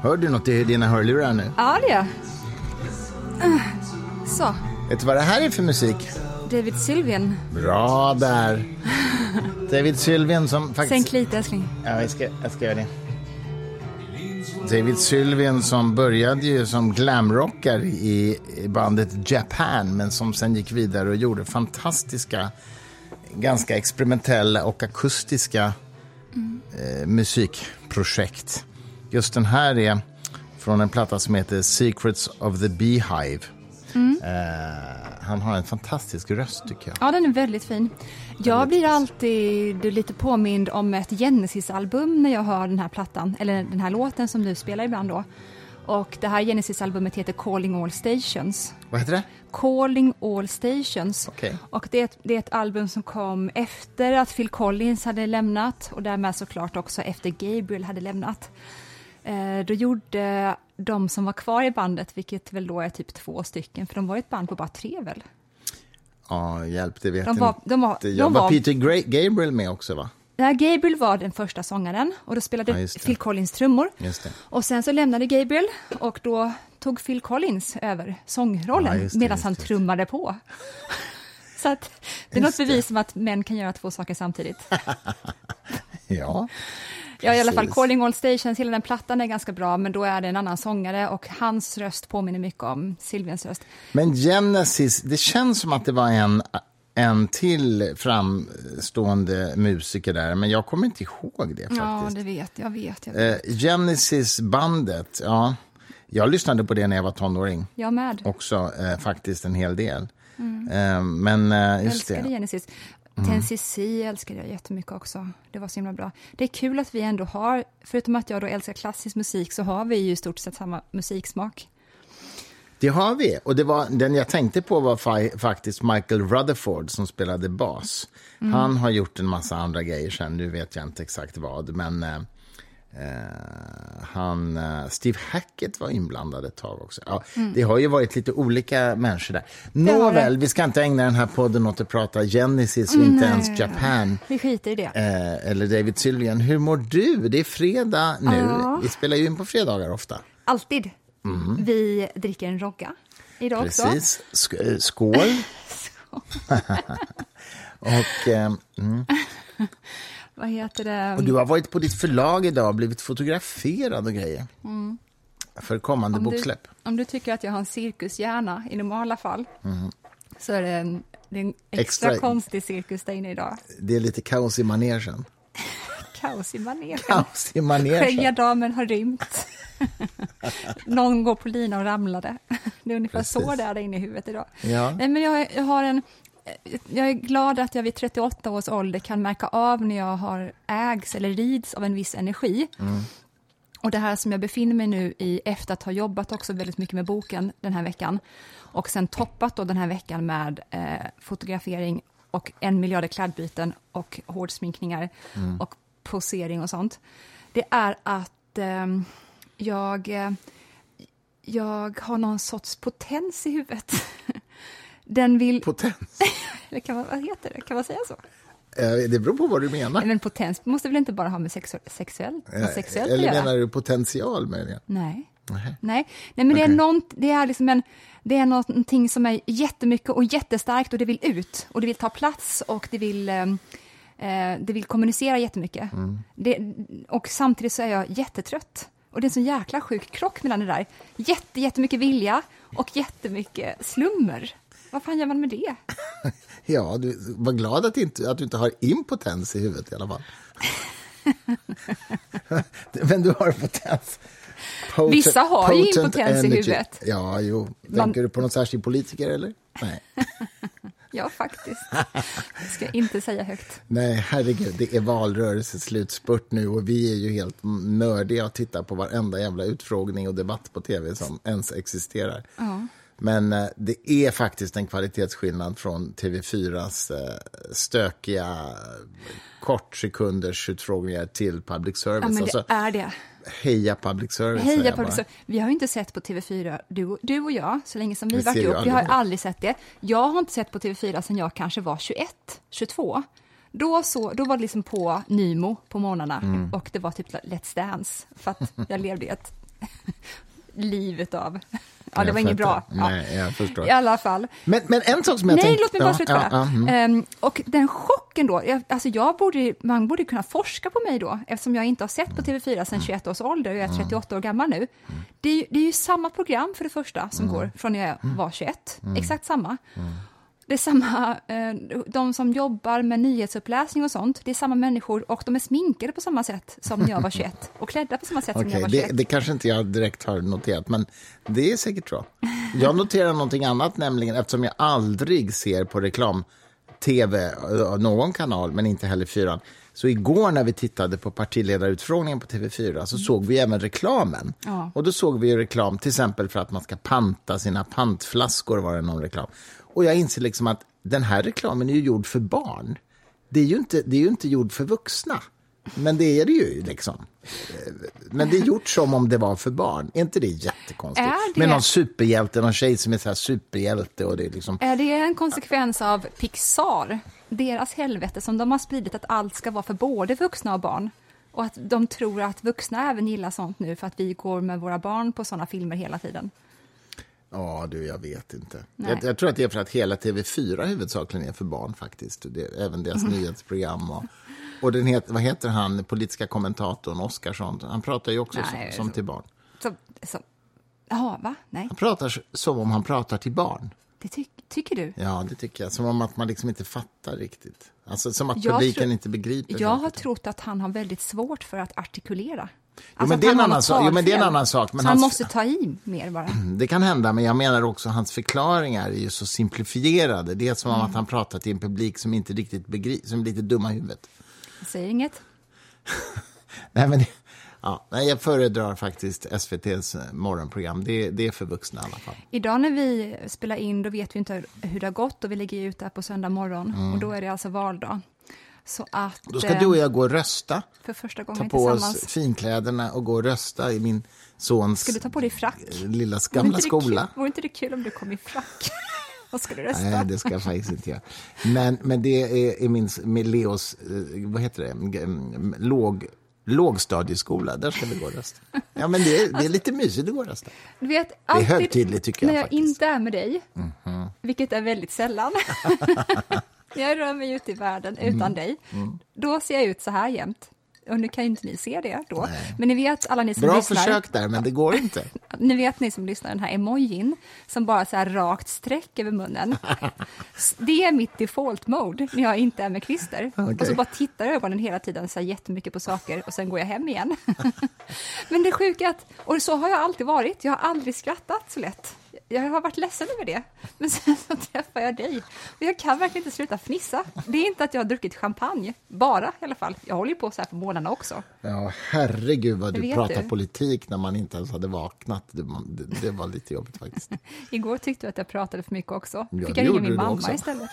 Hör du något i dina hörlurar nu? Ja, det är så. Vet du vad det här är för musik? David Sylvian. Bra där. David Sylvian som faktiskt... Sänk lite, älskling. Ja, jag ska göra det. David Sylvian som började ju som glamrockare i bandet Japan, men som sen gick vidare och gjorde fantastiska, ganska experimentella och akustiska musikprojekt. Just den här är från en platta som heter Secrets of the Beehive. Han har en fantastisk röst, tycker jag. Ja, den är väldigt fin. Jag blir alltid lite påmind om ett Genesis-album när jag hör den här plattan, eller den här låten som du spelar ibland då. Och det här Genesis-albumet heter Calling All Stations. Vad heter det? Calling All Stations. Okay. Och det är ett album som kom efter att Phil Collins hade lämnat, och därmed såklart också efter Gabriel hade lämnat. Då gjorde de som var kvar i bandet, vilket väl då är typ 2 stycken, för de var ett band på bara 3 väl? Ja, hjälp, det vet de jag. Var Peter Gabriel med också, va? Ja, Gabriel var den första sångaren, och då spelade Phil Collins trummor. Just det. Och sen så lämnade Gabriel, och då tog Phil Collins över sångrollen medan han trummade på. Så att det är något bevis om att män kan göra 2 saker samtidigt. Ja. Ja, i alla fall Calling All Stations, hela den plattan är ganska bra, men då är det en annan sångare och hans röst påminner mycket om Sylvians röst. Men Genesis, det känns som att det var en till framstående musiker där, men jag kommer inte ihåg det faktiskt. Ja, det vet jag. Genesis-bandet, ja. Jag lyssnade på det när jag var tonåring. Jag med. Också faktiskt en hel del. Men just älskade Genesis. 10cc älskade jag jättemycket också. Det var så himla bra. Det är kul att vi ändå har, förutom att jag då älskar klassisk musik, så har vi ju i stort sett samma musiksmak. Det har vi. Och det var, den jag tänkte på var faktiskt Michael Rutherford som spelade bas. Han har gjort en massa andra grejer sen. Nu vet jag inte exakt vad. Men Steve Hackett var inblandad ett tag också. Ja, det har ju varit lite olika människor där. Nåväl, vi ska inte ägna den här podden åt att prata Genesis och inte ens Japan. Vi skiter i det. Eller David Sylvian. Hur mår du? Det är fredag nu. Vi spelar ju in på fredagar ofta. Alltid. Vi dricker en rogga idag också. Precis. Skål. Och... Vad heter det? Och du har varit på ditt förlag idag och blivit fotograferad och grejer. För kommande boksläpp. Om du tycker att jag har en cirkushjärna i normala fall, så är det en extra konstig cirkus där inne idag. Det är lite kaos i manegen. Kaos i manegen. Kaos i manegen. Skäggadamen har rymt. Någon går på lina och ramlade. Det är ungefär så där inne i huvudet idag. Ja. Nej, men jag är glad att jag vid 38 års ålder kan märka av när jag ägs eller rids av en viss energi. Och det här som jag befinner mig nu i, efter att ha jobbat också väldigt mycket med boken den här veckan, och sen toppat då den här veckan med fotografering och 1 miljard klädbyten och hårdsminkningar och posering och sånt. Det är att jag har någon sorts potens i huvudet. Den vill... Potens? Vad heter det? Kan man säga så? Det beror på vad du menar. Men potens måste väl inte bara ha med sexuellt eller att göra? Menar du potential med det? Nej, men det är någonting som är jättemycket och jättestarkt, och det vill ut och det vill ta plats och det vill kommunicera jättemycket. Och samtidigt så är jag jättetrött. Och det är en sån jäkla sjuk krock mellan det där. Jättemycket vilja och jättemycket slummer. Vad fan gör man med det? Ja, du var glad att du inte har impotens i huvudet i alla fall. Men du har potens. Vissa har ju impotens i huvudet. Ja, jo. Tänker du på någon särskild politiker eller? Nej. Ja, faktiskt. Det ska jag inte säga högt. Nej, herregud. Det är valrörelse slutspurt nu och vi är ju helt nördiga att titta på varenda jävla utfrågning och debatt på tv som ens existerar. Ja. Men det är faktiskt en kvalitetsskillnad från TV4s stökiga kortsekunders utfrågningar till public service. Ja, men det är det. Heja public service. Heja public service. Vi har ju inte sett på TV4, du och jag, så länge som vi varit upp. Vi har aldrig sett det. Jag har inte sett på TV4 sedan jag kanske var 21, 22. Då var det liksom på Nymo på morgnarna och det var typ Let's Dance, för att jag levde i ett livet av. Ja, det var inget bra. Nej, jag förstår. I alla fall. Men en sak som jag tänkte... Nej, låt mig bara slutföra. Och den chocken då, man borde kunna forska på mig då, eftersom jag inte har sett på TV4 sedan 21 års ålder och jag är 38 år gammal nu. Det är ju samma program för det första som går från när jag var 21. Exakt samma. Det är samma, de som jobbar med nyhetsuppläsning och sånt, det är samma människor och de är sminkade på samma sätt som när jag var 21 och klädda på samma sätt som när jag var 21. Det kanske inte jag direkt har noterat, men det är säkert så. Jag noterar någonting annat, nämligen eftersom jag aldrig ser på reklam-tv av någon kanal, men inte heller 4. Så igår när vi tittade på partiledarutfrågningen på TV4 så såg vi även reklamen. Ja. Och då såg vi ju reklam till exempel för att man ska panta sina pantflaskor, var det någon reklam. Och jag inser liksom att den här reklamen är ju gjord för barn. Det är ju inte gjord för vuxna. Men det är det ju liksom. Men det är gjort som om det var för barn. Är inte det jättekonstigt? Med någon superhjälte, någon tjej som är så här superhjälte. Och det är liksom... Är det en konsekvens av Pixar? Deras helvete som de har spridit att allt ska vara för både vuxna och barn. Och att de tror att vuxna även gillar sånt nu för att vi går med våra barn på såna filmer hela tiden. Ja, jag vet inte. Jag tror att det är för att hela TV4 huvudsakligen är för barn faktiskt. Även deras nyhetsprogram. Och vad heter han, politiska kommentatorn Oskarsson? Han pratar ju också som till barn. Ja, va? Nej. Han pratar som om han pratar till barn. Det tycker du? Ja, det tycker jag. Som om att man liksom inte fattar riktigt. Alltså som att publiken inte begriper. Jag har trott att han har väldigt svårt för att artikulera. Jo, men det är en annan sak. Men så han måste ta i mer bara. Det kan hända, men jag menar också hans förklaringar är ju så simplifierade. Det är som om att han pratar till en publik som inte riktigt begriper, som är lite dumma i huvudet. Jag säger inget. Nej, men jag föredrar faktiskt SVT:s morgonprogram. Det är för vuxna i alla fall. Idag när vi spelar in, då vet vi inte hur det har gått och vi lägger ut det på söndag morgon. Och då är det alltså valdag. Så att, då ska du och jag gå och rösta. För första gången ta på oss finkläderna och gå och rösta i min sons ska du ta på dig frack? Lilla gamla skola. Vore inte det kul om du kom i frack? Vad ska du rösta? Nej, det ska jag faktiskt inte göra. Men det är med Leos, vad heter det? Lågstadieskola, där ska vi gå och rösta. Ja, men det är lite mysigt att gå och rösta. Du vet, det är högtidligt tycker jag när jag faktiskt. inte är med dig, vilket är väldigt sällan. Jag rör mig ut i världen utan dig. Då ser jag ut så här jämt. Och nu kan ju inte ni se det då. Nej. Men ni vet alla ni som bra lyssnar. Bra försök där, men det går inte. Ni vet ni som lyssnar den här emojin som bara så här rakt streck över munnen. Det är mitt default mode när jag inte är med Christer. Okay. Och så bara tittar ögonen hela tiden så här jättemycket på saker och sen går jag hem igen. Men det är sjukt att, och så har jag alltid varit. Jag har aldrig skrattat så lätt. Jag har varit ledsen över det. Men sen så träffar jag dig. Och jag kan verkligen inte sluta fnissa. Det är inte att jag har druckit champagne. Bara i alla fall. Jag håller ju på så här på månaderna också. Ja, herregud vad du pratar politik när man inte ens hade vaknat. Det var lite jobbigt faktiskt. Igår tyckte du att jag pratade för mycket också. Ja, fick jag ringa min mamma istället.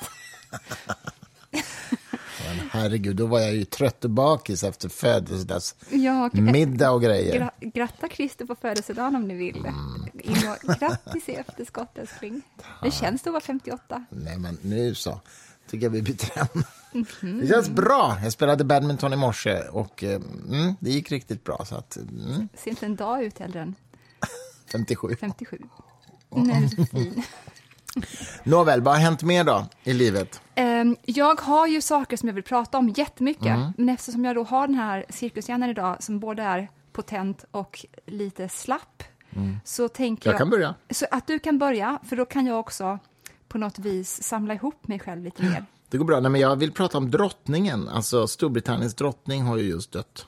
Men herregud, då var jag ju trött och bakis efter födelsedags middag och grejer. Gratta Christer på födelsedagen om ni vill. Grattis i efterskott, älskling. Det känns det att vara 58. Nej, men nu så tycker jag vi byter hem. Det känns bra. Jag spelade badminton i morse och det gick riktigt bra. Så att, ser inte en dag ut heller än 57. Nej, det är fin. Nåväl, vad har hänt mer då i livet? Jag har ju saker som jag vill prata om jättemycket. Men eftersom jag då har den här cirkushjärnan idag som både är potent och lite slapp så tänker jag kan börja. Så att du kan börja, för då kan jag också på något vis samla ihop mig själv lite mer. Det går bra. Nej, men jag vill prata om drottningen. Alltså Storbritanniens drottning har ju just dött.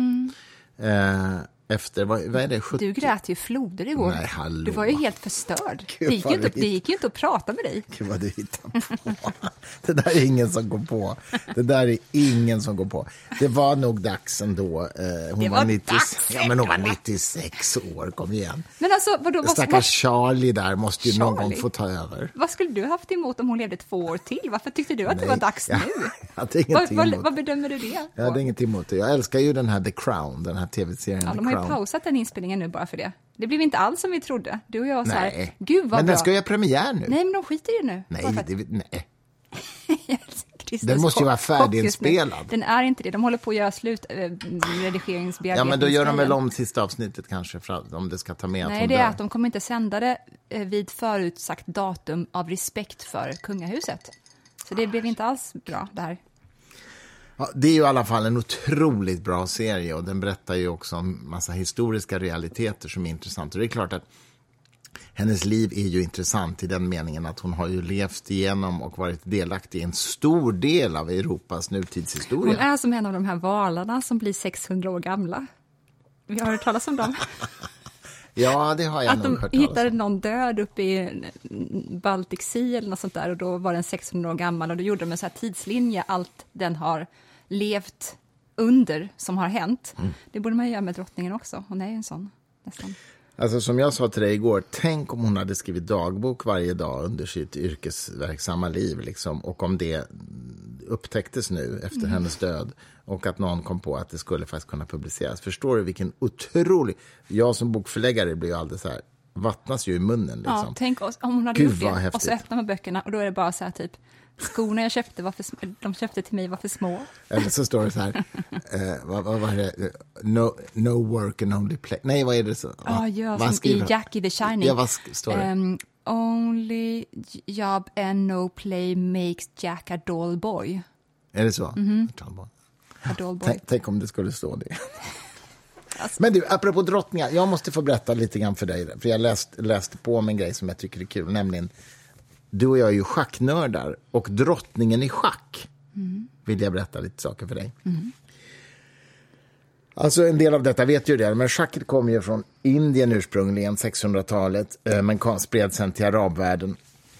Efter, vad är det? 70? Du grät ju floder igår. Nej, hallå. Du var ju helt förstörd. Gud, det gick ju inte att prata med dig. Gud vad du hittar på. Det där är ingen som går på. Det var nog dags ändå. Hon var 96. Ja, men hon var 96 år, kom igen. Men alltså, stackars Charlie där måste ju någon gång få ta över. Vad skulle du haft emot om hon levde 2 år till? Varför tyckte du att det var dags nu? Vad bedömer du det? Jag hade inget emot det. Jag älskar ju den här The Crown, den här tv-serien. Ja, de har ju pausat den inspelningen nu bara för det. Det blev inte alls som vi trodde. Du och jag så här, gud vad men bra. den ska ju ha premiär nu. Nej, men de skiter i det nu. Nej. Jag älskar Den måste ju vara färdiginspelad. Den är inte det. De håller på att göra redigeringsbearbetning. Ja, men då gör de väl om sista avsnittet kanske för att, om det ska ta med. Nej, det är att de kommer inte sända det vid förutsagt datum av respekt för kungahuset. Så det blev inte alls bra det här. Ja, det är ju i alla fall en otroligt bra serie och den berättar ju också om massa historiska realiteter som är intressant. Och det är klart att hennes liv är ju intressant i den meningen att hon har ju levt igenom och varit delaktig i en stor del av Europas nutidshistoria. Hon är som en av de här valarna som blir 600 år gamla. Vi har hört talas om dem. Ja, det har jag nog hört talas om. Att de hittade någon död uppe i Baltic Sea eller något sånt där och då var den 600 år gammal och då gjorde de en så här tidslinje allt den har levt under som har hänt. Det borde man göra med drottningen också. Hon är ju en sån nästan. Alltså som jag sa till dig igår, tänk om hon hade skrivit dagbok varje dag under sitt yrkesverksamma liv liksom, och om det upptäcktes nu efter hennes död och att någon kom på att det skulle faktiskt kunna publiceras. Förstår du vilken otrolig... Jag som bokförläggare blir ju alldeles så här, vattnas ju i munnen liksom. Ja, tänk om hon hade gjort det och så öppnar man böckerna och då är det bara så här typ skorna jag köpte de köpte till mig var för små. Eller så står det så här vad var det? No work and only play. Nej, vad är det så? Ja, som i Jackie the Shining. Ja, vad står det? Only job and no play makes Jack a dull boy. Är det så? A dull boy. Tänk om det skulle stå det. Alltså. Men du, apropå drottningar, jag måste få berätta lite grann för dig. För jag läste på om en grej som jag tycker är kul, nämligen du och jag är ju schacknördar och drottningen i schack vill jag berätta lite saker för dig. Alltså en del av detta vet ju det, men schacket kom ju från Indien ursprungligen 600-talet men spred sen till arabvärlden.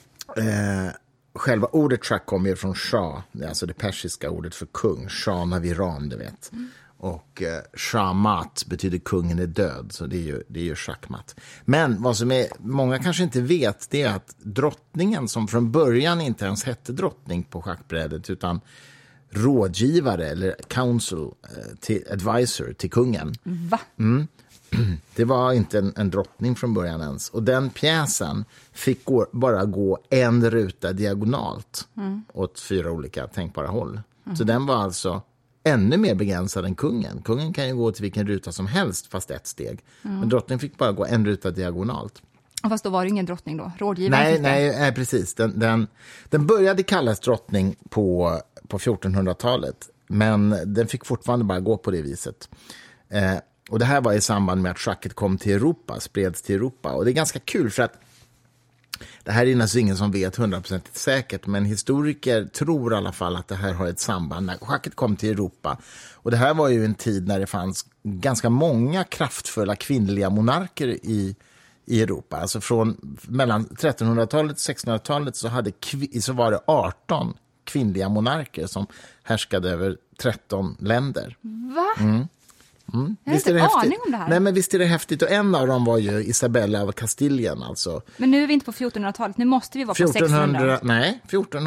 Själva ordet schack kommer ju från shah, alltså det persiska ordet för kung, shah av Iran, du vet. Och shamat betyder kungen är död, så det är ju schackmatt. Men vad som är, många kanske inte vet, det är att drottningen som från början inte ens hette drottning på schackbrädet utan rådgivare eller counsel, advisor till kungen. Va? Det var inte en drottning från början ens. Och den pjäsen fick bara gå en ruta diagonalt åt 4 olika tänkbara håll. Så den var alltså ännu mer begränsad än kungen. Kungen kan ju gå till vilken ruta som helst fast ett steg. Men drottningen fick bara gå en ruta diagonalt. Fast då var det ingen drottning då? Rådgivaren nej, precis. Den började kallas drottning på 1400-talet. Men den fick fortfarande bara gå på det viset. Och det här var i samband med att schacket kom till Europa, spreds till Europa. Och det är ganska kul för att det här är naturligtvis ingen som vet 100% säkert, men historiker tror i alla fall att det här har ett samband när schacket kom till Europa. Och det här var ju en tid när det fanns ganska många kraftfulla kvinnliga monarker i Europa. Alltså från mellan 1300-talet och 1600-talet så var det 18 kvinnliga monarker som härskade över 13 länder. Va? Jag har inte aning om det här. Nej, men visst är det häftigt. Och en av dem var ju Isabella av Kastilien alltså. Men nu är vi inte på 1400-talet, nu måste vi vara på 1600. Nej,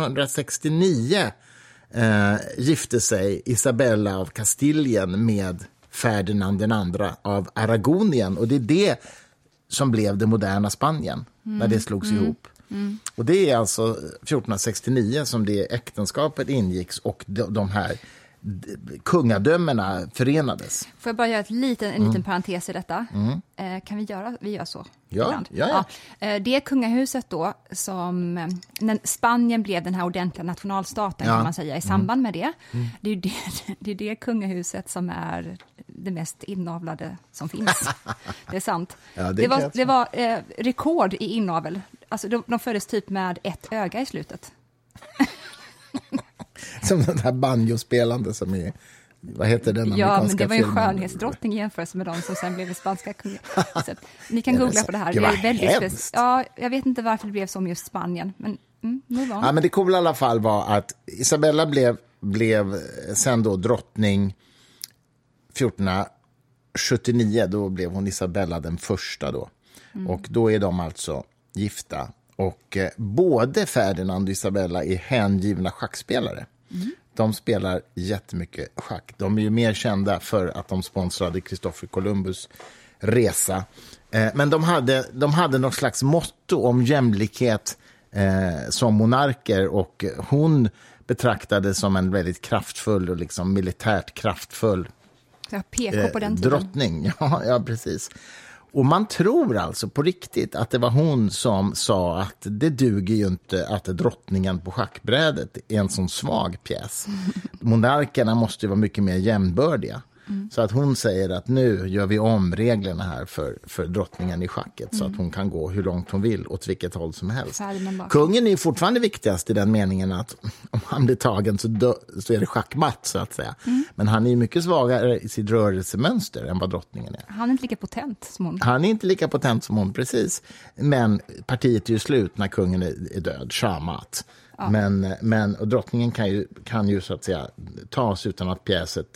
1469 gifte sig Isabella av Kastilien med Ferdinand den andra av Aragonien. Och det är det som blev det moderna Spanien när det slogs ihop. Och det är alltså 1469 som det äktenskapet ingicks och de här kungadömena förenades. Får jag bara göra en liten parentes i detta? Kan vi gör så? Ja. Det kungahuset då som när Spanien blev den här ordentliga nationalstaten kan man säga i samband med det. Det är det kungahuset som är det mest inavlade som finns. Det är sant. Ja, det var rekord i inavel. Alltså de föddes typ med ett öga i slutet. Som den här banjospelande som är, vad heter den amerikanska Ja, men det var ju en filmen? Skönhetsdrottning i jämförelse med de som sen blev spanska kungahuset. Ni kan googla på det här. Det var väldigt jag vet inte varför det blev som just Spanien, men ja, men det coola i alla fall var att Isabella blev sen då drottning 1479, då blev hon Isabella den första då. Och då är de alltså gifta. Och både Ferdinand och Isabella är hängivna schackspelare. De spelar jättemycket schack. De är ju mer kända för att de sponsrade Christopher Columbus resa. Men de hade något slags motto om jämlikhet som monarker. Och hon betraktades som en väldigt kraftfull och liksom militärt kraftfull på den tiden. Drottning. Ja, precis. Och man tror alltså på riktigt att det var hon som sa att det duger ju inte att drottningen på schackbrädet är en sån svag pjäs. Monarkerna måste ju vara mycket mer jämnbördiga. Så att hon säger att nu gör vi om reglerna här för drottningen i schacket så att hon kan gå hur långt hon vill åt vilket håll som helst. Kungen är ju fortfarande viktigast i den meningen att om han blir tagen så är det schackmatt så att säga. Men han är ju mycket svagare i sitt rörelsemönster än vad drottningen är. Han är inte lika potent som hon. Han är inte lika potent som hon, precis. Men partiet är ju slut när kungen är död, shamat. Ja. Men och drottningen kan ju så att säga tas utan att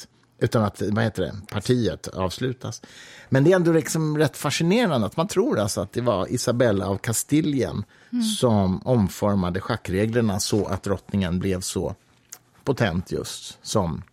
partiet avslutas. Men det är ändå liksom rätt fascinerande att man tror alltså att det var Isabella av Kastilien som omformade schackreglerna så att drottningen blev så potent just som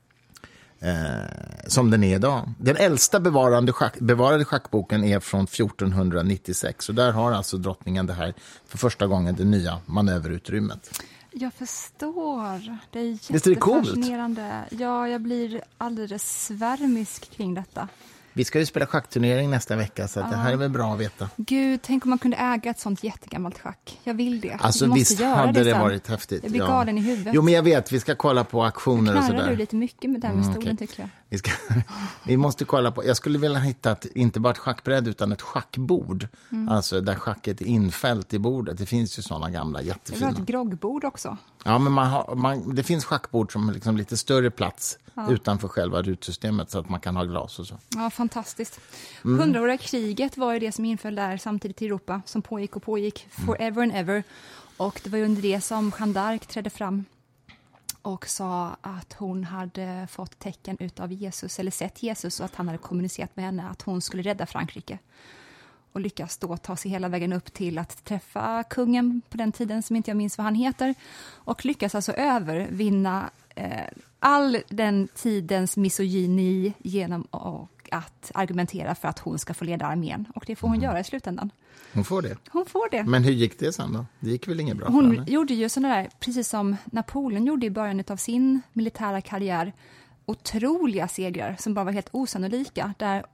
den är idag. Den äldsta bevarade schackboken är från 1496 och där har alltså drottningen det här för första gången det nya manöverutrymmet. Jag förstår. Det är jättefascinerande. Ja, jag blir alldeles svärmisk kring detta. Vi ska ju spela schackturnering nästa vecka så att det här är väl bra att veta. Gud, tänk om man kunde äga ett sånt jättegammalt schack. Jag vill det. Alltså visst hade det varit häftigt. Jag blir galen i huvudet. Jo, men jag vet, vi ska kolla på auktioner och sådär. Knarrar du lite mycket med den stolen tycker jag. Vi måste kolla på, jag skulle vilja hitta inte bara ett schackbräd utan ett schackbord. Alltså där schacket är infällt i bordet. Det finns ju sådana gamla jättefina. Det var ett groggbord också. Ja, men det finns schackbord som liksom lite större plats utanför själva rutsystemet så att man kan ha glas och så. Ja, fantastiskt. 100-åriga kriget var ju det som inföll där samtidigt i Europa som pågick forever and ever. Och det var ju under det som Jeanne d'Arc trädde fram och sa att hon hade fått tecken utav Jesus eller sett Jesus och att han hade kommunicerat med henne att hon skulle rädda Frankrike. Och lyckas då ta sig hela vägen upp till att träffa kungen på den tiden som inte jag minns vad han heter. Och lyckas alltså övervinna all den tidens misogyni genom att argumentera för att hon ska få leda armén. Och det får hon göra i slutändan. Hon får det? Hon får det. Men hur gick det sen då? Det gick väl inget bra för henne? Hon gjorde ju sådana där, precis som Napoleon gjorde i början av sin militära karriär, otroliga segrar som bara var helt osannolika. Där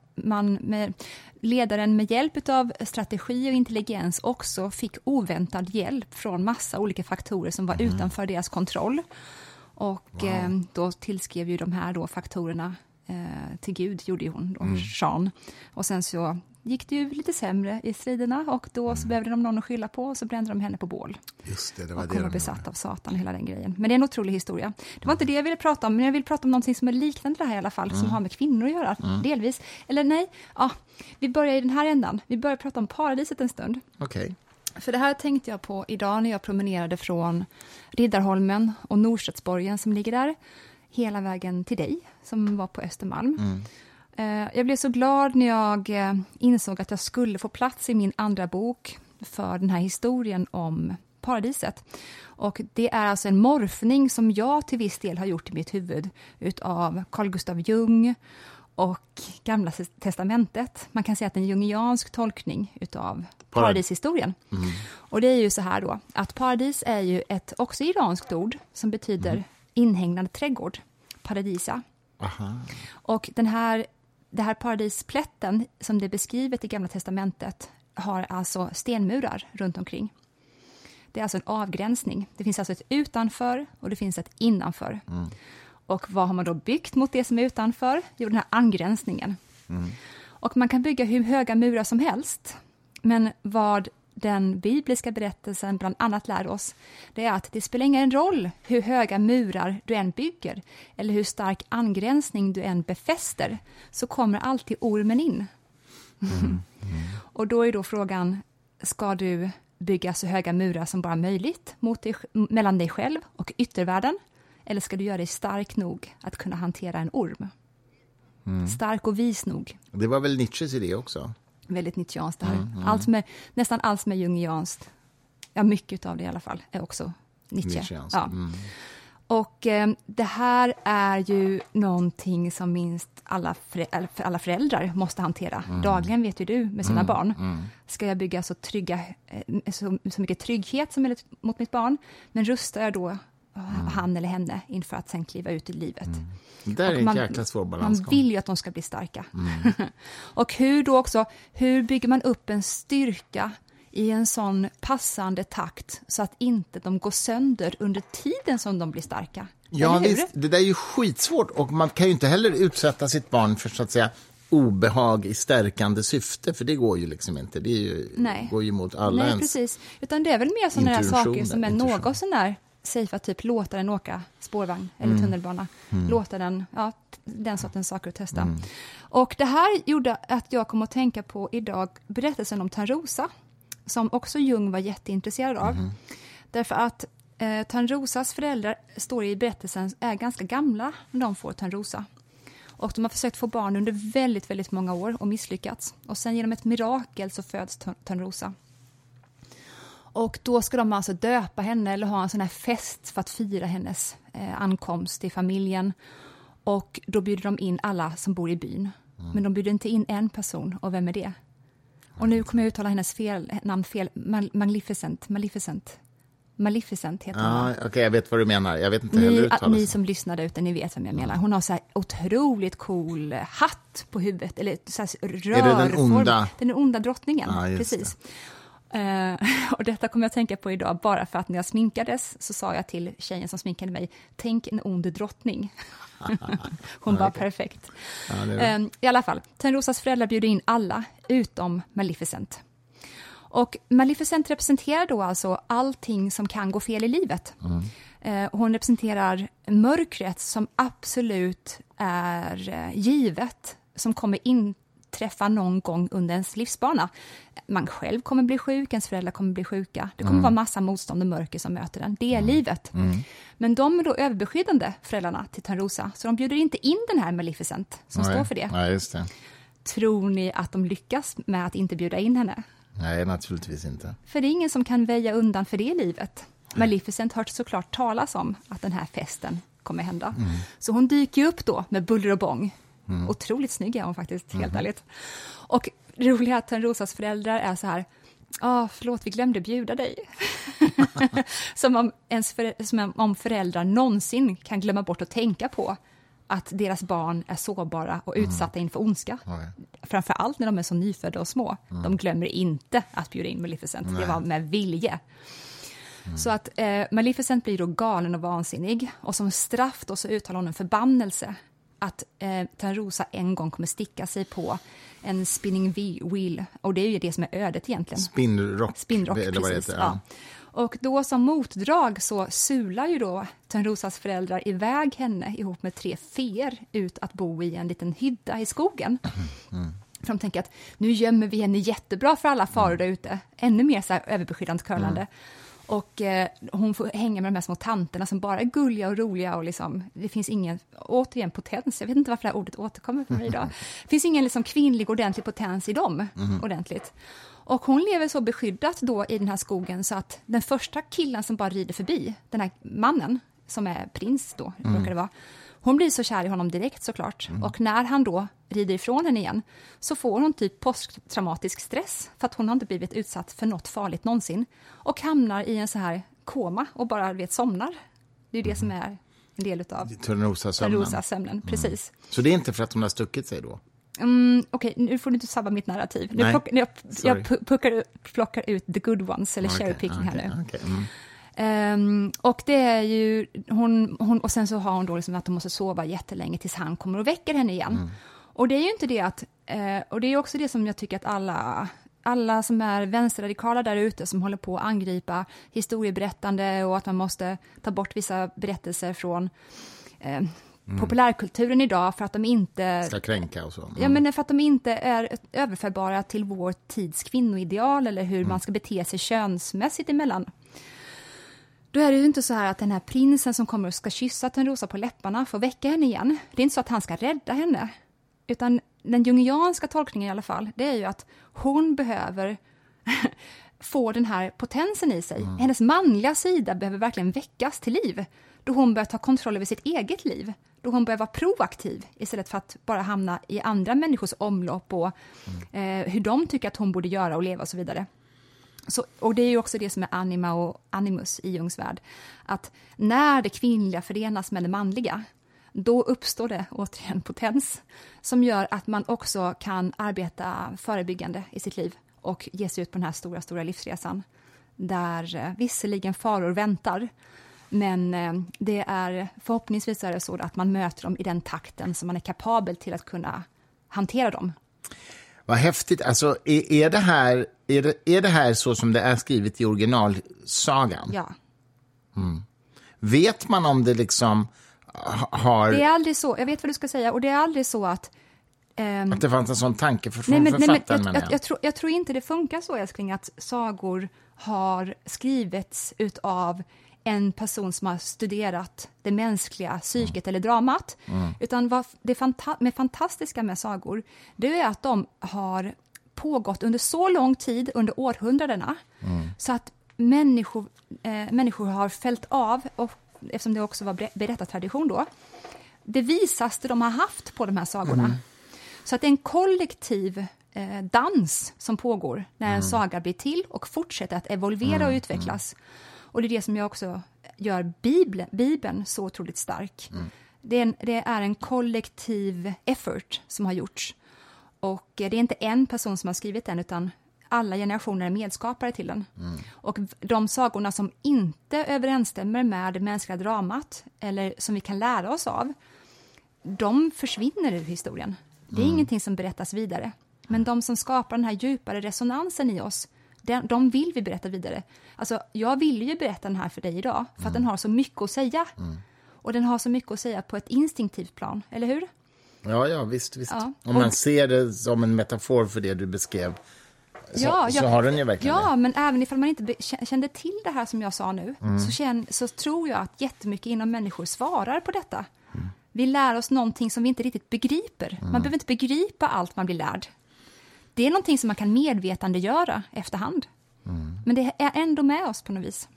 ledaren med hjälp av strategi och intelligens också fick oväntad hjälp från massa olika faktorer som var utanför deras kontroll. Och då tillskrev ju de här då faktorerna till Gud, gjorde ju hon då, Jean. Och sen så gick det ju lite sämre i striderna och då så behövde de någon att skylla på och så brände de henne på bål. Just det, var och det. Hon var besatt av Satan hela den grejen. Men det är en otrolig historia. Det var inte det jag ville prata om, men jag vill prata om någonting som är liknande det här i alla fall, som har med kvinnor att göra, delvis. Eller nej, vi börjar i den här ändan. Vi börjar prata om paradiset en stund. Okej. För det här tänkte jag på idag när jag promenerade från Riddarholmen och Norstedtsborgen som ligger där, hela vägen till dig som var på Östermalm. Jag blev så glad när jag insåg att jag skulle få plats i min andra bok för den här historien om paradiset. Och det är alltså en morfning som jag till viss del har gjort i mitt huvud utav Carl Gustav Jung och Gamla testamentet. Man kan säga att det är en jungiansk tolkning utav paradishistorien. Och det är ju så här då, att paradis är ju ett också iranskt ord som betyder inhägnad trädgård, paradisa. Aha. Och det här paradisplätten som det är beskrivet i Gamla testamentet har alltså stenmurar runt omkring. Det är alltså en avgränsning. Det finns alltså ett utanför och det finns ett innanför. Och vad har man då byggt mot det som är utanför? Jo, den här angränsningen. Och man kan bygga hur höga murar som helst. Men vad den bibliska berättelsen bland annat lär oss, det är att det spelar ingen roll hur höga murar du än bygger eller hur stark angränsning du än befäster, så kommer alltid ormen in. Och då är då frågan, ska du bygga så höga murar som bara möjligt mellan dig själv och yttervärlden, eller ska du göra dig stark nog att kunna hantera en orm? Stark och vis nog. Det var väl Nietzsches idé också? Väldigt Nietzscheanskt det här. Nästan allt som är jungianskt, ja mycket av det i alla fall, är också Nietzsche. Ja. Och det här är ju någonting som minst alla föräldrar måste hantera. Dagligen vet ju du med sina barn. Ska jag bygga så mycket trygghet som möjligt mot mitt barn, men rustar jag då han eller henne inför att sen kliva ut i livet. Det där är en jäkla svår balansgång. Man vill ju att de ska bli starka. Och hur bygger man upp en styrka i en sån passande takt så att inte de går sönder under tiden som de blir starka? Ja visst, det där är ju skitsvårt och man kan ju inte heller utsätta sitt barn för så att säga obehag i stärkande syfte, för det går ju liksom inte. Det är ju, går ju emot alla ens. Precis. Utan det är väl mer sådana där saker som är något sån där safe, typ låta den åka spårvagn eller tunnelbana. Låta den, den sortens saker att testa. Och det här gjorde att jag kom att tänka på idag berättelsen om Törnrosa, som också Jung var jätteintresserad av. Därför att Törnrosas föräldrar, står i berättelsen, är ganska gamla när de får Törnrosa. Och de har försökt få barn under väldigt, väldigt många år och misslyckats. Och sen genom ett mirakel så föds Törnrosa. Och då ska de alltså döpa henne eller ha en sån här fest för att fira hennes ankomst till familjen. Och då bjuder de in alla som bor i byn. Men de bjuder inte in en person, och vem är det? Och nu kommer jag uttala hennes namn fel. Maleficent heter hon. Okej, jag vet vad du menar. Jag vet inte heller uttalas. Ni som lyssnade ute, ni vet vem jag menar. Hon har så här otroligt cool hatt på huvudet. Eller så här rörform. Är det den onda? Den onda drottningen, precis. Och detta kommer jag att tänka på idag, bara för att när jag sminkades så sa jag till tjejen som sminkade mig, tänk en ond drottning. Hon var perfekt. I alla fall, Törnrosas föräldrar bjuder in alla utom Maleficent. Och Maleficent representerar då alltså allting som kan gå fel i livet. Hon representerar mörkret som absolut är givet, som kommer inträffa någon gång under ens livsbana. Man själv kommer bli sjuk, ens föräldrar kommer bli sjuka. Det kommer vara massa motstånd och mörker som möter den. Det är livet. Men de är då överbeskyddande, föräldrarna till Törnrosa. Så de bjuder inte in den här Maleficent som står för det. Nej, just det. Tror ni att de lyckas med att inte bjuda in henne? Nej, naturligtvis inte. För det är ingen som kan väja undan för det livet. Maleficent hört såklart talas om att den här festen kommer hända. Så hon dyker upp då med buller och bång. Otroligt snygg är hon faktiskt, helt ärligt. Och det roliga är att Törnrosas föräldrar är så här, förlåt, vi glömde bjuda dig. som om föräldrar någonsin kan glömma bort att tänka på att deras barn är sårbara och utsatta inför ondska. Framförallt när de är så nyfödda och små. De glömmer inte att bjuda in Maleficent. Det var med vilje. Så att Maleficent blir då galen och vansinnig. Och som straff då så uttalar hon en förbannelse att Törnrosa en gång kommer sticka sig på en spinning wheel. Och det är ju det som är ödet egentligen. Spinnrock, precis. Ja. Och då som motdrag så sular ju då Törnrosas föräldrar iväg henne ihop med 3 feer ut att bo i en liten hydda i skogen. För de tänker att nu gömmer vi henne jättebra för alla faror där ute. Ännu mer så här överbeskyddande curlande. Och hon får hänga med de här små tanterna som bara är gulliga och roliga. Och liksom, det finns ingen, återigen, potens. Jag vet inte varför det här ordet återkommer för mig idag. Det finns ingen liksom kvinnlig ordentlig potens i dem. Ordentligt. Och hon lever så beskyddat då i den här skogen så att den första killen som bara rider förbi, den här mannen som är prins då, brukar det vara, hon blir så kär i honom direkt såklart. Och när han då rider ifrån henne igen så får hon typ posttraumatisk stress för att hon har inte blivit utsatt för något farligt någonsin. Och hamnar i en så här koma och bara somnar. Det är det som är en del av Törnrosa-sömnen. Precis. Så det är inte för att hon har stuckit sig då? Okej, nu får du inte sabba mitt narrativ. Jag plockar ut the good ones, eller cherry picking här nu. Och det är ju hon och sen så har hon då liksom att hon måste sova jättelänge tills han kommer och väcker henne igen. Och det är ju inte det att och det är också det som jag tycker att alla som är vänsterradikala där ute som håller på att angripa historieberättande och att man måste ta bort vissa berättelser från populärkulturen idag för att de inte ska kränka och så. Ja, men för att de inte är överförbara till vår tids kvinnoideal eller hur man ska bete sig könsmässigt emellan. Då är det ju inte så här att den här prinsen som kommer och ska kyssa Törnrosa på läpparna får väcka henne igen. Det är inte så att han ska rädda henne. Utan den jungianska tolkningen i alla fall, det är ju att hon behöver få den här potensen i sig. Hennes manliga sida behöver verkligen väckas till liv. Då hon börjar ta kontroll över sitt eget liv. Då hon börjar vara proaktiv istället för att bara hamna i andra människors omlopp och hur de tycker att hon borde göra och leva och så vidare. Så, och det är ju också det som är anima och animus i Jungs värld. Att när det kvinnliga förenas med det manliga, då uppstår det återigen potens som gör att man också kan arbeta förebyggande i sitt liv och ge sig ut på den här stora livsresan. Där visserligen faror väntar, men det är förhoppningsvis är det så att man möter dem i den takten som man är kapabel till att kunna hantera dem. Vad häftigt. Alltså, är det här så som det är skrivet i originalsagan? Ja. Mm. Vet man om det liksom har... Det är aldrig så. Jag vet vad du ska säga. Och det är aldrig så att... att det fanns en sån tanke från författaren. Jag tror inte det funkar så, älskling, att sagor har skrivits utav en person som har studerat det mänskliga psyket eller dramat. Utan vad det med fantastiska med sagor, det är att de har pågått under så lång tid, under århundradena, så att människor har fällt av, och eftersom det också var berättartradition då, det visaste de har haft på de här sagorna. Så att det är en kollektiv dans som pågår när en saga blir till och fortsätter att evolvera och utvecklas. Och det är det som jag också gör Bibeln så otroligt stark. Det är en kollektiv effort som har gjorts. Och det är inte en person som har skrivit den, utan alla generationer är medskapare till den. Och de sagorna som inte överensstämmer med det mänskliga dramat, eller som vi kan lära oss av, de försvinner ur historien. Det är ingenting som berättas vidare. Men de som skapar den här djupare resonansen i oss, de vill vi berätta vidare. Alltså, jag vill ju berätta den här för dig idag, för att den har så mycket att säga. Och den har så mycket att säga på ett instinktivt plan, eller hur? Ja, visst. Ja. Om man ser det som en metafor för det du beskrev, så har den ju verkligen det. Men även ifall man inte kände till det här som jag sa nu, så tror jag att jättemycket inom människor svarar på detta. Vi lär oss någonting som vi inte riktigt begriper. Man behöver inte begripa allt man blir lärd. Det är någonting som man kan medvetandegöra efterhand. Men det är ändå med oss på något vis.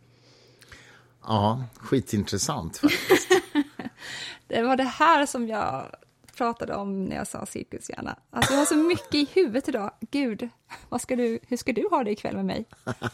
Ja, skitintressant faktiskt. Det var det här som jag pratade om när jag sa cirkushjärna. Alltså, jag har så mycket i huvudet idag. Gud, hur ska du ha det ikväll med mig?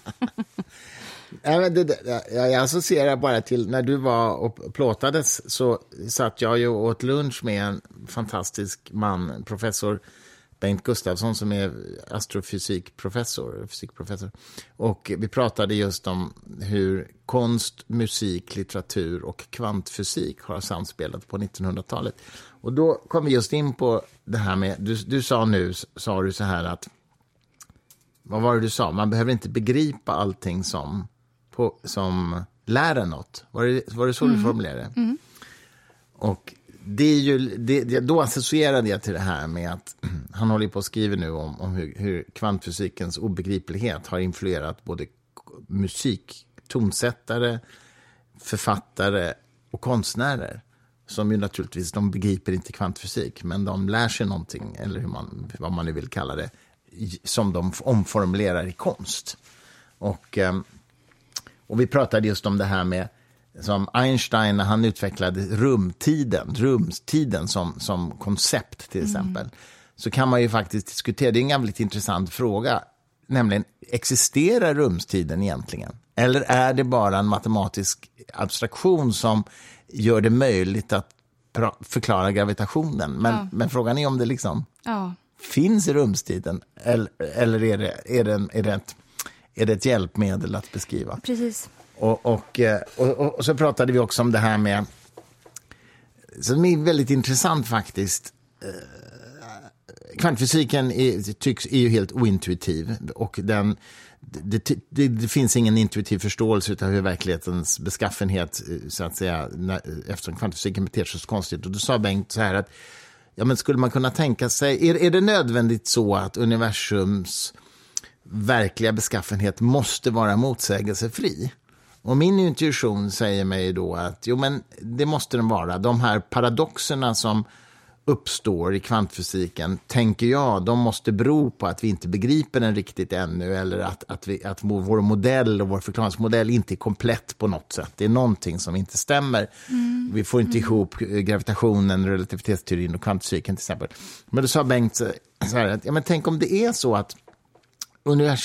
Jag associerar bara till när du var och plåtades, så satt jag ju åt lunch med en fantastisk man, professor Bengt Gustafsson, som är fysikprofessor. Och vi pratade just om hur konst, musik, litteratur och kvantfysik har samspelat på 1900-talet. Och då kom vi just in på det här med, du sa du så här att, vad var det du sa? Man behöver inte begripa allting som lär en något. Var det så du formulerade? Och det är ju, då associerade jag till det här med att han håller på att skriva nu om hur kvantfysikens obegriplighet har influerat både musik, tonsättare, författare och konstnärer. Som ju naturligtvis, de begriper inte kvantfysik, men de lär sig någonting, eller vad man nu vill kalla det, som de omformulerar i konst. Och vi pratade just om det här med, som Einstein när han utvecklade rumstiden som koncept till exempel, så kan man ju faktiskt diskutera, det är en väldigt intressant fråga, nämligen, existerar rumstiden egentligen? Eller är det bara en matematisk abstraktion som gör det möjligt att förklara gravitationen? Men frågan är om det liksom finns i rumstiden, eller är det ett hjälpmedel att beskriva? Precis. Och så pratade vi också om det här med, som är väldigt intressant faktiskt, kvantfysiken är ju helt ointuitiv, och det finns ingen intuitiv förståelse av hur verklighetens beskaffenhet, så att säga, eftersom kvantfysiken beter sig så konstigt. Och då sa Bengt så här att, men skulle man kunna tänka sig, är det nödvändigt så att universums verkliga beskaffenhet måste vara motsägelsefri? Och min intuition säger mig då att men det måste den vara. De här paradoxerna som uppstår i kvantfysiken, tänker jag, de måste bero på att vi inte begriper den riktigt ännu, eller att vår modell och vår förklaringsmodell inte är komplett på något sätt. Det är någonting som inte stämmer. Vi får inte ihop gravitationen, relativitetsteorin och kvantfysiken till exempel. Men då sa Bengt så här att, men tänk om det är så att universum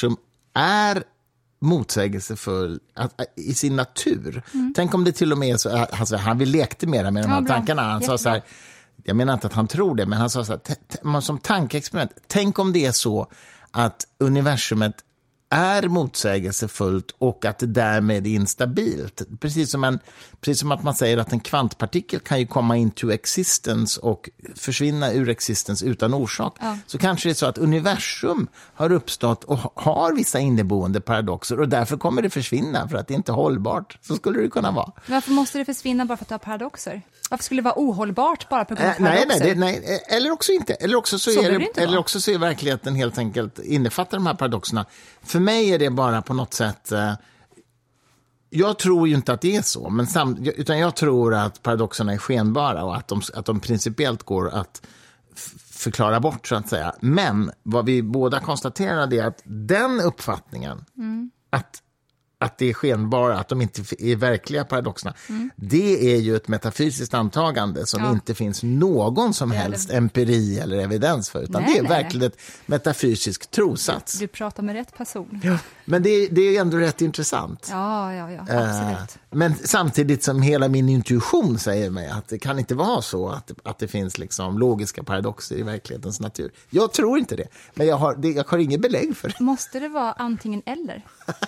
är motsägelsefull i sin natur. Tänk om det till och med är så alltså, han vill lekte mer med de här tankarna. Han sa så här, jag menar inte att han tror det, men han sa så här, som tankeexperiment, tänk om det är så att universumet är motsägelsefullt och att det därmed är instabilt. Precis som att man säger att en kvantpartikel kan ju komma into existence och försvinna ur existence utan orsak. Ja. Så kanske det är så att universum har uppstått och har vissa inneboende paradoxer och därför kommer det försvinna för att det inte är hållbart. Så skulle det kunna vara. Varför måste det försvinna bara för att det har paradoxer? Varför skulle det vara ohållbart bara på grund av paradoxer? Nej, eller också inte. Eller också så är verkligheten helt enkelt innefattar de här paradoxerna. För mig är det bara på något sätt... jag tror ju inte att det är så, utan jag tror att paradoxerna är skenbara och att de principiellt går att förklara bort, så att säga. Men vad vi båda konstaterade är att den uppfattningen, att det är skenbara, att de inte är verkliga paradoxerna, det är ju ett metafysiskt antagande som inte finns någon som helst empiri eller evidens för, utan det är verkligen ett metafysisk trosats. Du pratar med rätt person. Ja, men det är ändå rätt intressant. Ja, absolut. Men samtidigt som hela min intuition säger mig att det kan inte vara så att det finns liksom logiska paradoxer i verklighetens natur. Jag tror inte det, men jag har ingen belägg för det. Måste det vara antingen eller?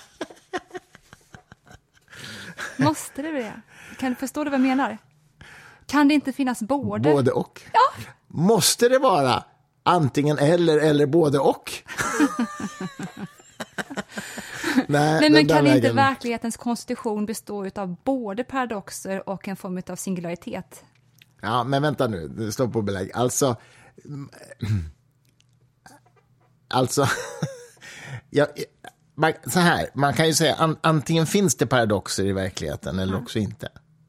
Måste det det? Kan du förstå vad jag menar? Kan det inte finnas både och? Ja. Måste det vara antingen eller både och? Nej, men kan inte verklighetens konstitution bestå av både paradoxer och en form av singularitet? Ja, men vänta nu, det står på belägg. Alltså så här, man kan ju säga antingen finns det paradoxer i verkligheten eller också inte.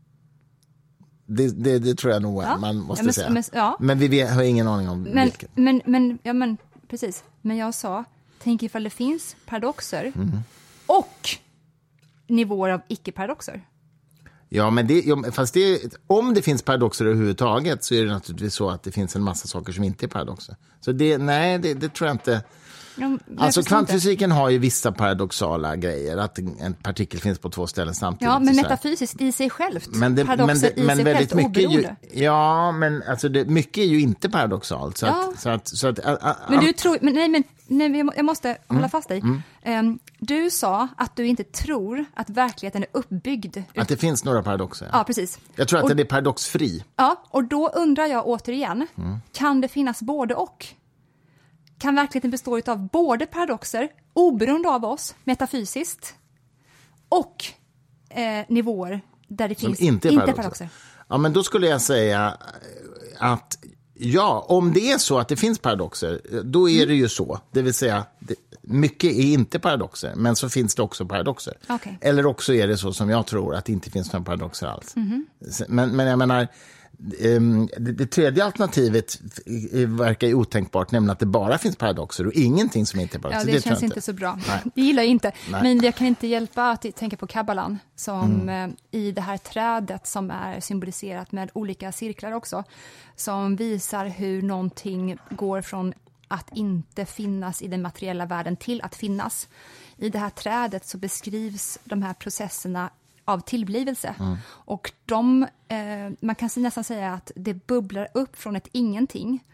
Det tror jag nog man måste säga. Men vi har ingen aning om vilket. Men precis. Men jag sa, tänk ifall det finns paradoxer och nivåer av icke-paradoxer. Ja, men om det finns paradoxer överhuvudtaget så är det naturligtvis så att det finns en massa saker som inte är paradoxer. Så det tror jag inte. Alltså kvantfysiken har ju vissa paradoxala grejer, att en partikel finns på 2 ställen samtidigt. Ja, men metafysiskt i sig självt. Paradoxer i sig självt oberoende. Ja, men alltså mycket är ju inte paradoxalt. Men du tror... Nej, jag måste hålla fast dig. Du sa att du inte tror att verkligheten är uppbyggd. Att det finns några paradoxer. Ja, precis. Jag tror att den är paradoxfri. Ja, och då undrar jag återigen, kan det finnas både och? Kan verkligheten bestå av både paradoxer, oberoende av oss, metafysiskt, och nivåer där det finns inte paradoxer? Ja, men då skulle jag säga att om det är så att det finns paradoxer, då är det ju så. Det vill säga, mycket är inte paradoxer, men så finns det också paradoxer. Okay. Eller också är det så som jag tror, att det inte finns några paradoxer alls. Men jag menar... Det tredje alternativet verkar ju otänkbart, nämligen att det bara finns paradoxer och ingenting som inte är paradoxer. Ja, det känns inte så bra. Det gillar jag inte. Nej. Men jag kan inte hjälpa att tänka på kabbalan som i det här trädet som är symboliserat med olika cirklar också, som visar hur någonting går från att inte finnas i den materiella världen till att finnas. I det här trädet så beskrivs de här processerna av tillblivelse. Och man kan nästan säga att det bubblar upp från ett ingenting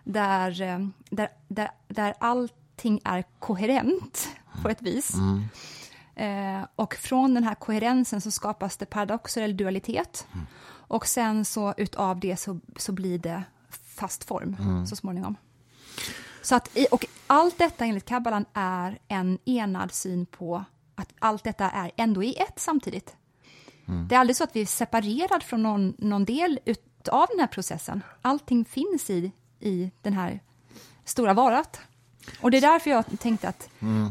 där allting är koherent på ett vis. Och från den här koherensen så skapas det paradoxer eller dualitet. Och sen så utav det så blir det fast form så småningom. Så och allt detta enligt kabbalan är en enad syn på att allt detta är ändå i ett samtidigt. Det är aldrig så att vi är separerad från någon del av den här processen. Allting finns i den här stora varat. Och det är därför jag tänkte att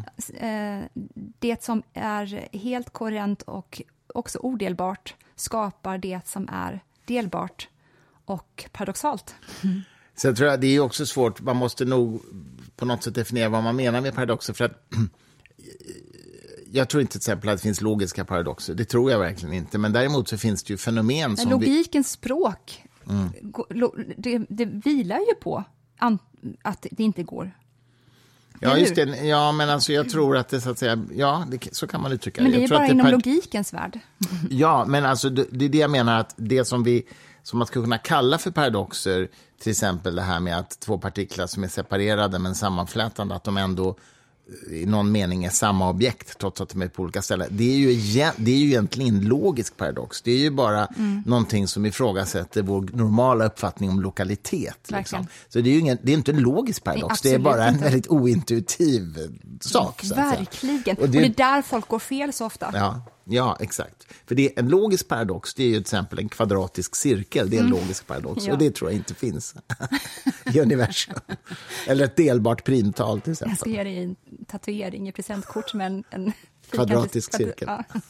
det som är helt koherent och också odelbart skapar det som är delbart och paradoxalt. Så jag tror att det är också svårt, man måste nog på något sätt definiera vad man menar med paradoxer, för att jag tror inte till exempel att det finns logiska paradoxer. Det tror jag verkligen inte. Men däremot så finns det ju fenomen som... Logikens språk, det vilar ju på att det inte går. Ja, just det. Ja, men alltså jag tror att det så att säga, ja, så kan man uttrycka det. Men det är bara inom logikens värld. Ja, men alltså det är det jag menar, att det som man skulle kunna kalla för paradoxer, till exempel det här med att två partiklar som är separerade men sammanflätande, att de ändå i någon mening är samma objekt trots att de är på olika ställen. Det är ju egentligen en logisk paradox. Det är ju bara någonting som ifrågasätter vår normala uppfattning om lokalitet. Liksom. Så det är inte en logisk paradox. Det är bara en väldigt ointuitiv sak. Så verkligen. Och det är där folk går fel så ofta. Ja, exakt. För en logisk paradox, det är ju till exempel en kvadratisk cirkel. Det är en logisk paradox. Och det tror jag inte finns i universum. Eller ett delbart primtal till exempel. Jag ska ge dig en tatuering i presentkort med en kvadratisk cirkel.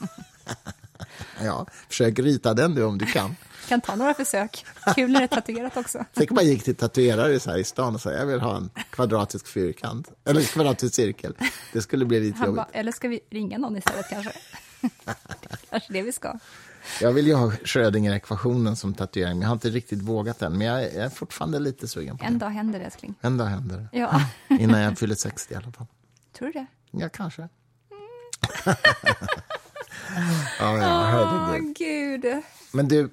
Ja, försök rita den nu om du kan. Kan ta några försök. Kul när det är tatuerat också. Tänk man gick till tatuerare så här i stan och sa jag vill ha en kvadratisk fyrkant. Eller kvadratisk cirkel. Det skulle bli lite jobbigt. Eller ska vi ringa någon istället kanske? Kanske det vi ska. Jag vill ju ha Schrödinger-ekvationen som tatuering, men jag har inte riktigt vågat den. Men jag är fortfarande lite sugen på det. En dag händer det, älskling. En dag händer det. Ja. Innan jag fyller 60 i alla fall. Tror du det? Ja, kanske. Herregud. Gud. Men du,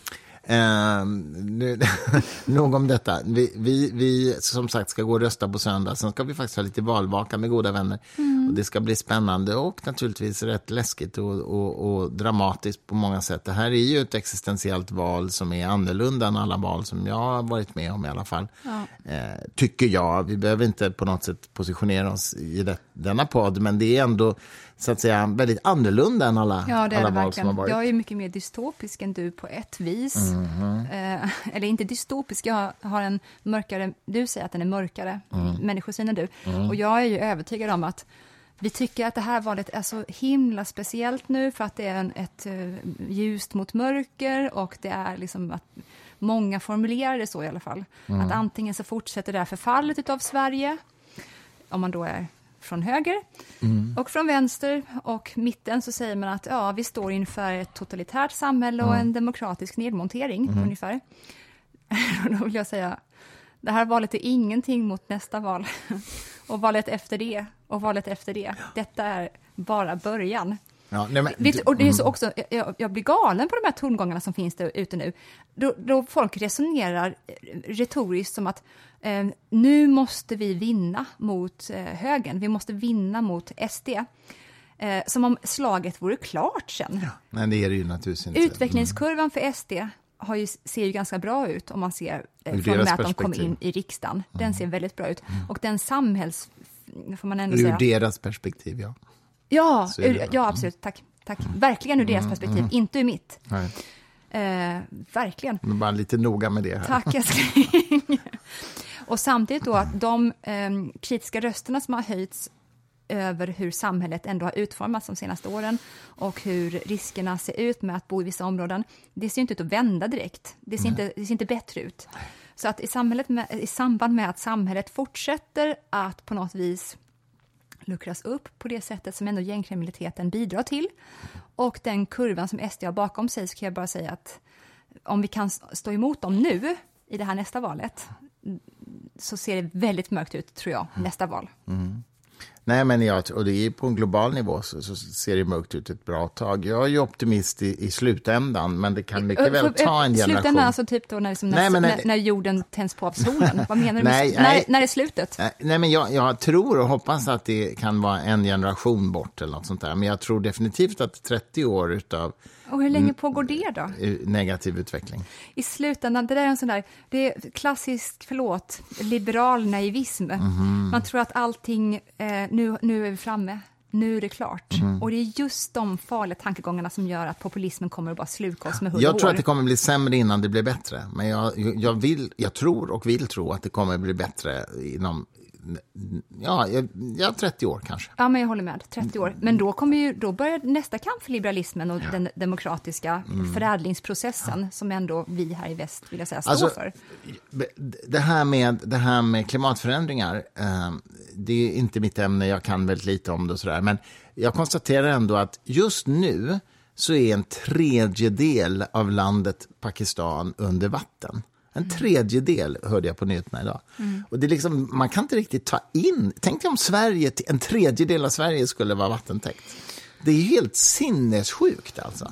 nog om detta. Vi som sagt ska gå och rösta på söndag. Sen ska vi faktiskt ha lite valvaka med goda vänner. Och det ska bli spännande och naturligtvis rätt läskigt och dramatiskt på många sätt. Det här är ju ett existentiellt val som är annorlunda än alla val som jag har varit med om i alla fall. Tycker jag. Vi behöver inte på något sätt positionera oss i denna podd, men det är ändå så att säga väldigt annorlunda än alla val som har varit. Jag är mycket mer dystopisk än du på ett vis. Eller inte dystopisk, jag har en mörkare, du säger att den är mörkare människosyn än du. Och jag är ju övertygad om att vi tycker att det här valet är så himla speciellt nu för att det är ett ljust mot mörker och det är liksom att många formulerar det så i alla fall. Att antingen så fortsätter det här förfallet utav Sverige, om man då är från höger och från vänster och mitten så säger man att vi står inför ett totalitärt samhälle och en demokratisk nedmontering ungefär. Då vill jag säga, det här valet är ingenting mot nästa val och valet efter det och valet efter det. Detta är bara början. Ja, nej, men, och det är så också, jag blir galen på de här tongångarna som finns där ute nu. Då folk resonerar retoriskt som att nu måste vi vinna mot högern. Vi måste vinna mot SD. Som om slaget vore klart sen. Ja, nej, det är det ju naturligtvis inte. Utvecklingskurvan för SD ser ju ganska bra ut om man ser från att de kom in i riksdagen. Den ser väldigt bra ut. Och den får man ändå säga. Ur deras perspektiv, ja. Ja, absolut. Tack. Verkligen ur deras perspektiv, inte ur mitt. Verkligen. Men bara lite noga med det här. Tack, älskling. Och samtidigt då att de kritiska rösterna som har höjts över hur samhället ändå har utformats de senaste åren och hur riskerna ser ut med att bo i vissa områden, det ser inte ut att vända direkt. Det ser inte bättre ut. Så att i samband med att samhället fortsätter att på något vis luckras upp på det sättet som ändå gängkriminaliteten bidrar till. Och den kurvan som SD har bakom sig, så kan jag bara säga att om vi kan stå emot dem nu i det här nästa valet, så ser det väldigt mörkt ut, tror jag, nästa val. Nej, men och det är på en global nivå så ser det mörkt ut ett bra tag. Jag är ju optimist i slutändan, men det kan mycket väl ta en generation. Slutändan alltså typ då när jorden tänds på av solen. Vad menar du? När är slutet? Nej, men jag tror och hoppas att det kan vara en generation bort eller något sånt där. Men jag tror definitivt att 30 år utav och hur länge pågår det då? Negativ utveckling. I slutändan, det där är en sån där, det är klassisk, liberal naivism. Man tror att allting, nu är vi framme, nu är det klart. Och det är just de farliga tankegångarna som gör att populismen kommer att bara sluka oss med hull och hår. Jag tror att det kommer bli sämre innan det blir bättre. Men jag tror och vill tro att det kommer bli bättre inom 30 år kanske. Ja, men jag håller med, 30 år. Men då börjar nästa kamp för liberalismen och den demokratiska förädlingsprocessen som ändå vi här i väst, vill jag säga, står för. Det här med klimatförändringar, det är inte mitt ämne, jag kan väldigt lite om det och sådär. Men jag konstaterar ändå att just nu så är 1/3 av landet Pakistan under vatten. En tredjedel hörde jag på nyheterna idag. Och det är liksom, man kan inte riktigt ta in... Tänk dig om Sverige, en tredjedel av Sverige skulle vara vattentäckt. Det är helt sinnessjukt alltså.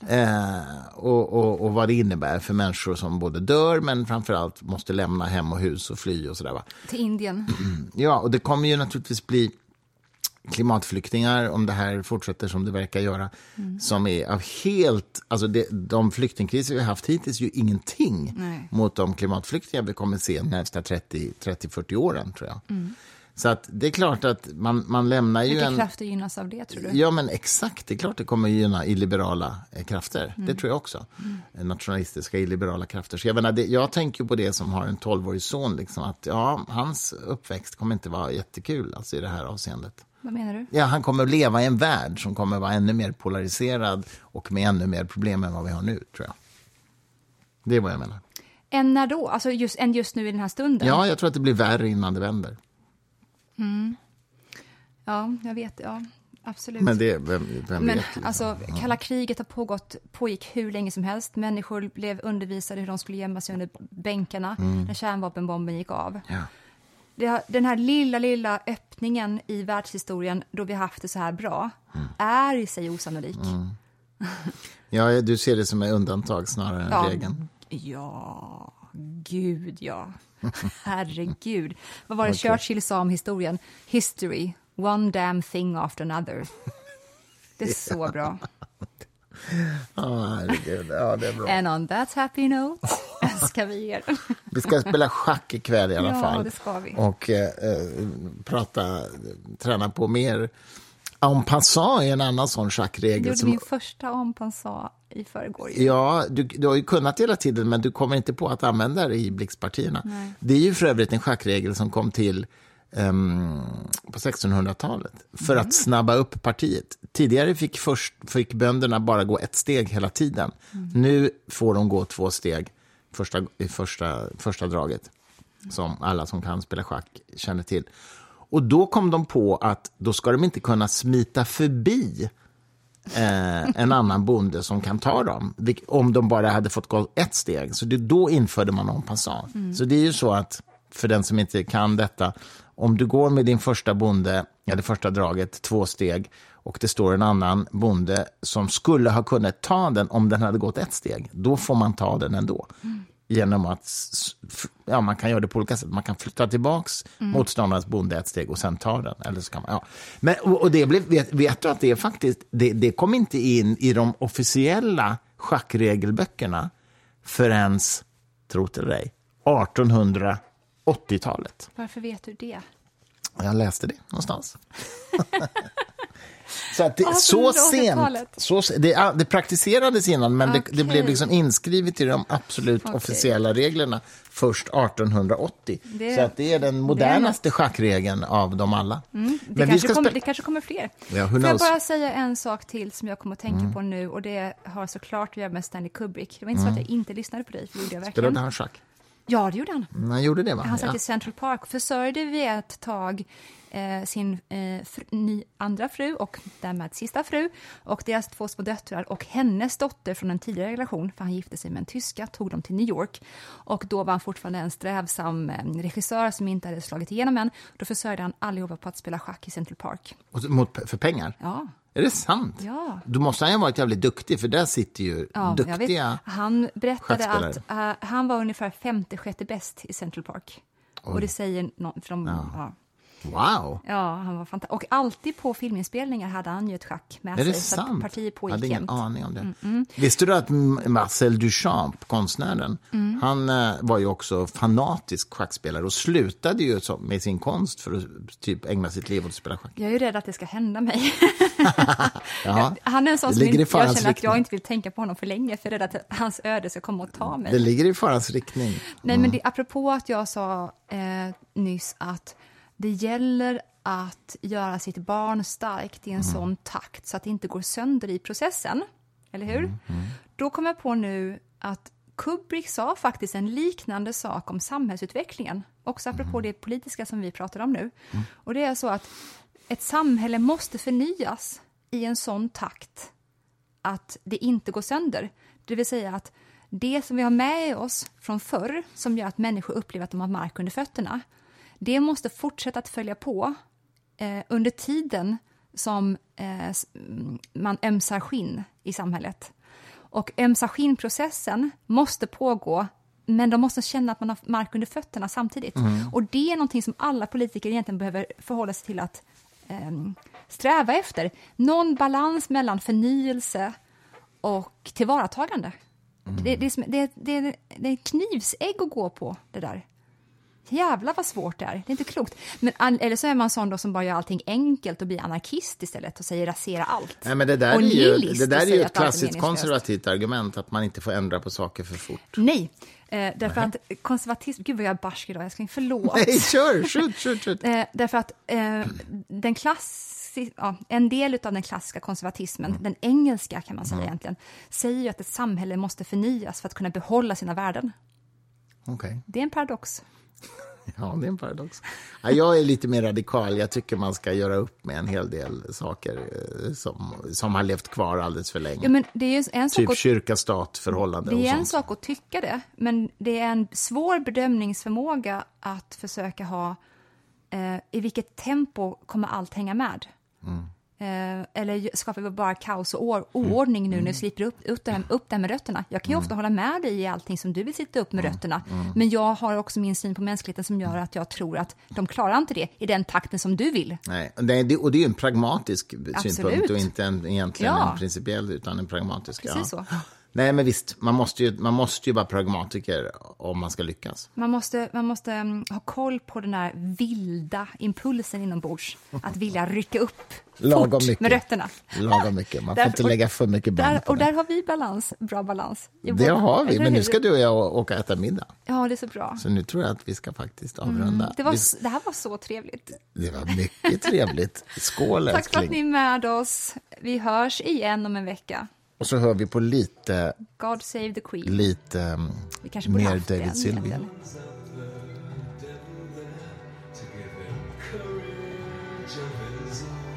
Och vad det innebär för människor som både dör men framförallt måste lämna hem och hus och fly och sådär, va? Till Indien. Ja, och det kommer ju naturligtvis bli klimatflyktingar om det här fortsätter som det verkar göra, som är av helt, alltså de flyktingkriser vi har haft hittills är ju ingenting mot de klimatflyktingar vi kommer se de nästa 30-40 åren, tror jag. Så att det är klart att man lämnar ju Vilka krafter gynnas av det, tror du? Ja, men exakt, det är klart det kommer gynna illiberala krafter. Det tror jag också. Nationalistiska illiberala krafter. Så jag tänker på det som har en 12-årig son, liksom, att hans uppväxt kommer inte vara jättekul alltså, i det här avseendet. Vad menar du? Ja, han kommer att leva i en värld som kommer att vara ännu mer polariserad och med ännu mer problem än vad vi har nu, tror jag. Det är vad jag menar. Än när då? Alltså just nu i den här stunden? Ja, jag tror att det blir värre innan det vänder. Ja, jag vet. Ja, absolut. Men det, vem vet? Liksom. Alltså, kalla kriget har pågick hur länge som helst. Människor blev undervisade hur de skulle gömma sig under bänkarna när kärnvapenbomben gick av. Ja. Den här lilla öppningen i världshistorien då vi haft det så här bra är i sig osannolik. Ja, du ser det som en undantag snarare än regeln. Ja, gud ja. Herregud. Vad var det Churchill sa om historien? History, one damn thing after another. Det är så bra. Herregud. Ja, det är bra. And on that happy note ska vi er. Vi ska spela schack ikväll i alla fall. Ja, det ska vi. Och träna på mer. En passant är en annan sån schackregel. Du gjorde min första en passant i förrgår. Ja, du har ju kunnat hela tiden, men du kommer inte på att använda det i blixtpartierna. Nej. Det är ju för övrigt en schackregel som kom till på 1600-talet för att snabba upp partiet. Tidigare fick bönderna bara gå ett steg hela tiden. Nu får de gå 2 steg i första draget, som alla som kan spela schack känner till. Och då kom de på att då ska de inte kunna smita förbi en annan bonde som kan ta dem, om de bara hade fått gå ett steg. Så då införde man en passant. Så det är ju så att för den som inte kan detta, om du går med din första bonde, eller första draget, 2 steg, och det står en annan bonde som skulle ha kunnat ta den om den hade gått ett steg, då får man ta den ändå. Genom att, man kan göra det på olika sätt. Man kan flytta tillbaks motståndarens bonde ett steg och sen ta den. Eller så kan man, Men, och det vet du att det är faktiskt, det kom inte in i de officiella schackregelböckerna förrän, tro det eller ej, 1880-talet. Varför vet du det? Jag läste det någonstans. Så att så sent, det praktiserades innan, men det blev liksom inskrivet i de absolut officiella reglerna först 1880. Så att det är den modernaste schackregeln av dem alla. Det kanske kommer fler. Ja, får jag bara säga en sak till som jag kommer att tänka på nu, och det har såklart att göra med Stanley Kubrick. Det var inte så att jag inte lyssnade på dig, för det gjorde jag verkligen. Spelade han schack? Ja, det gjorde han. Han gjorde det, va? Han satt i Central Park och försörjde vid ett tag sin andra fru och därmed sista fru och deras 2 små döttrar och hennes dotter från en tidigare relation, för han gifte sig med en tyska, tog dem till New York, och då var han fortfarande en strävsam regissör som inte hade slagit igenom än. Då försörjde han allihopa på att spela schack i Central Park. För pengar? Ja. Är det sant? Ja. Du måste ha varit jävligt duktig, för där sitter ju duktiga. Han berättade att han var ungefär 50-60 bäst i Central Park. Oj. Och det säger någon från... Ja. Wow! Ja, han var fantastisk. Och alltid på filminspelningar hade han ju ett schack med sig. Så att partiet pågick jämt. Jag hade ingen aning om det. Visste du att Marcel Duchamp, konstnären, han var ju också fanatisk schackspelare och slutade ju med sin konst för att typ ägna sitt liv åt att spela schack. Jag är ju rädd att det ska hända mig. Han är en sån som jag känner att jag inte vill tänka på honom för länge, för rädd att hans öde ska komma och ta mig. Det ligger i farans riktning. Nej, men apropå att jag sa nyss att det gäller att göra sitt barn starkt i en sån takt så att det inte går sönder i processen. Eller hur? Då kommer jag på nu att Kubrick sa faktiskt en liknande sak om samhällsutvecklingen. Också apropå det politiska som vi pratar om nu. Och det är så att ett samhälle måste förnyas i en sån takt att det inte går sönder. Det vill säga att det som vi har med oss från förr som gör att människor upplever att de har mark under fötterna, det måste fortsätta att följa på under tiden som man ömsar skinn i samhället. Och ömsar skinnprocessen måste pågå, men de måste känna att man har mark under fötterna samtidigt. Och det är någonting som alla politiker egentligen behöver förhålla sig till att sträva efter. Någon balans mellan förnyelse och tillvaratagande. Det är knivsägg att gå på det där. Jävlar vad svårt det är. Det är inte klokt. Men, eller så är man sån då som bara gör allting enkelt och blir anarkist istället och säger rasera allt. Nej, men det där är ju ett klassiskt konservativt argument att man inte får ändra på saker för fort. Nej, därför att konservatism... Gud vad jag är barsk idag, jag ska inte förlåt. Nej, kör, shoot. Därför att en del av den klassiska konservatismen, den engelska kan man säga egentligen, säger ju att ett samhälle måste förnyas för att kunna behålla sina värden. Okay. Det är en paradox. Ja, det är en paradox. Ja, jag är lite mer radikal. Jag tycker man ska göra upp med en hel del saker som har levt kvar alldeles för länge. Ja, men det är en typ kyrka-stat-förhållande. Det är en sak att tycka det, men det är en svår bedömningsförmåga att försöka ha i vilket tempo kommer allt hänga med. Eller skapar vi bara kaos och oordning nu när vi slipper upp det med rötterna. Jag kan ju ofta hålla med dig i allting som du vill sitta upp med rötterna. Men jag har också min syn på mänskligheten som gör att jag tror att de klarar inte det i den takten som du vill. Nej, och det är ju en pragmatisk synpunkt och inte egentligen en principiell utan en pragmatisk. Precis så. Nej, men visst, man måste ju vara pragmatiker om man ska lyckas. Man måste ha koll på den här vilda impulsen inombords. Att vilja rycka upp lagom fort mycket. Med rötterna. Lagom mycket, man får inte lägga för mycket band på och där har vi bra balans. Det har vi, men nu ska du och jag åka och äta middag. Ja, det är så bra. Så nu tror jag att vi ska faktiskt avrunda. Det här var så trevligt. Det var mycket trevligt. Skål, tack för att ni är med oss. Vi hörs igen om en vecka. Och så hör vi på lite God Save the Queen. Lite mer David Sylvian. To give him courage of his own.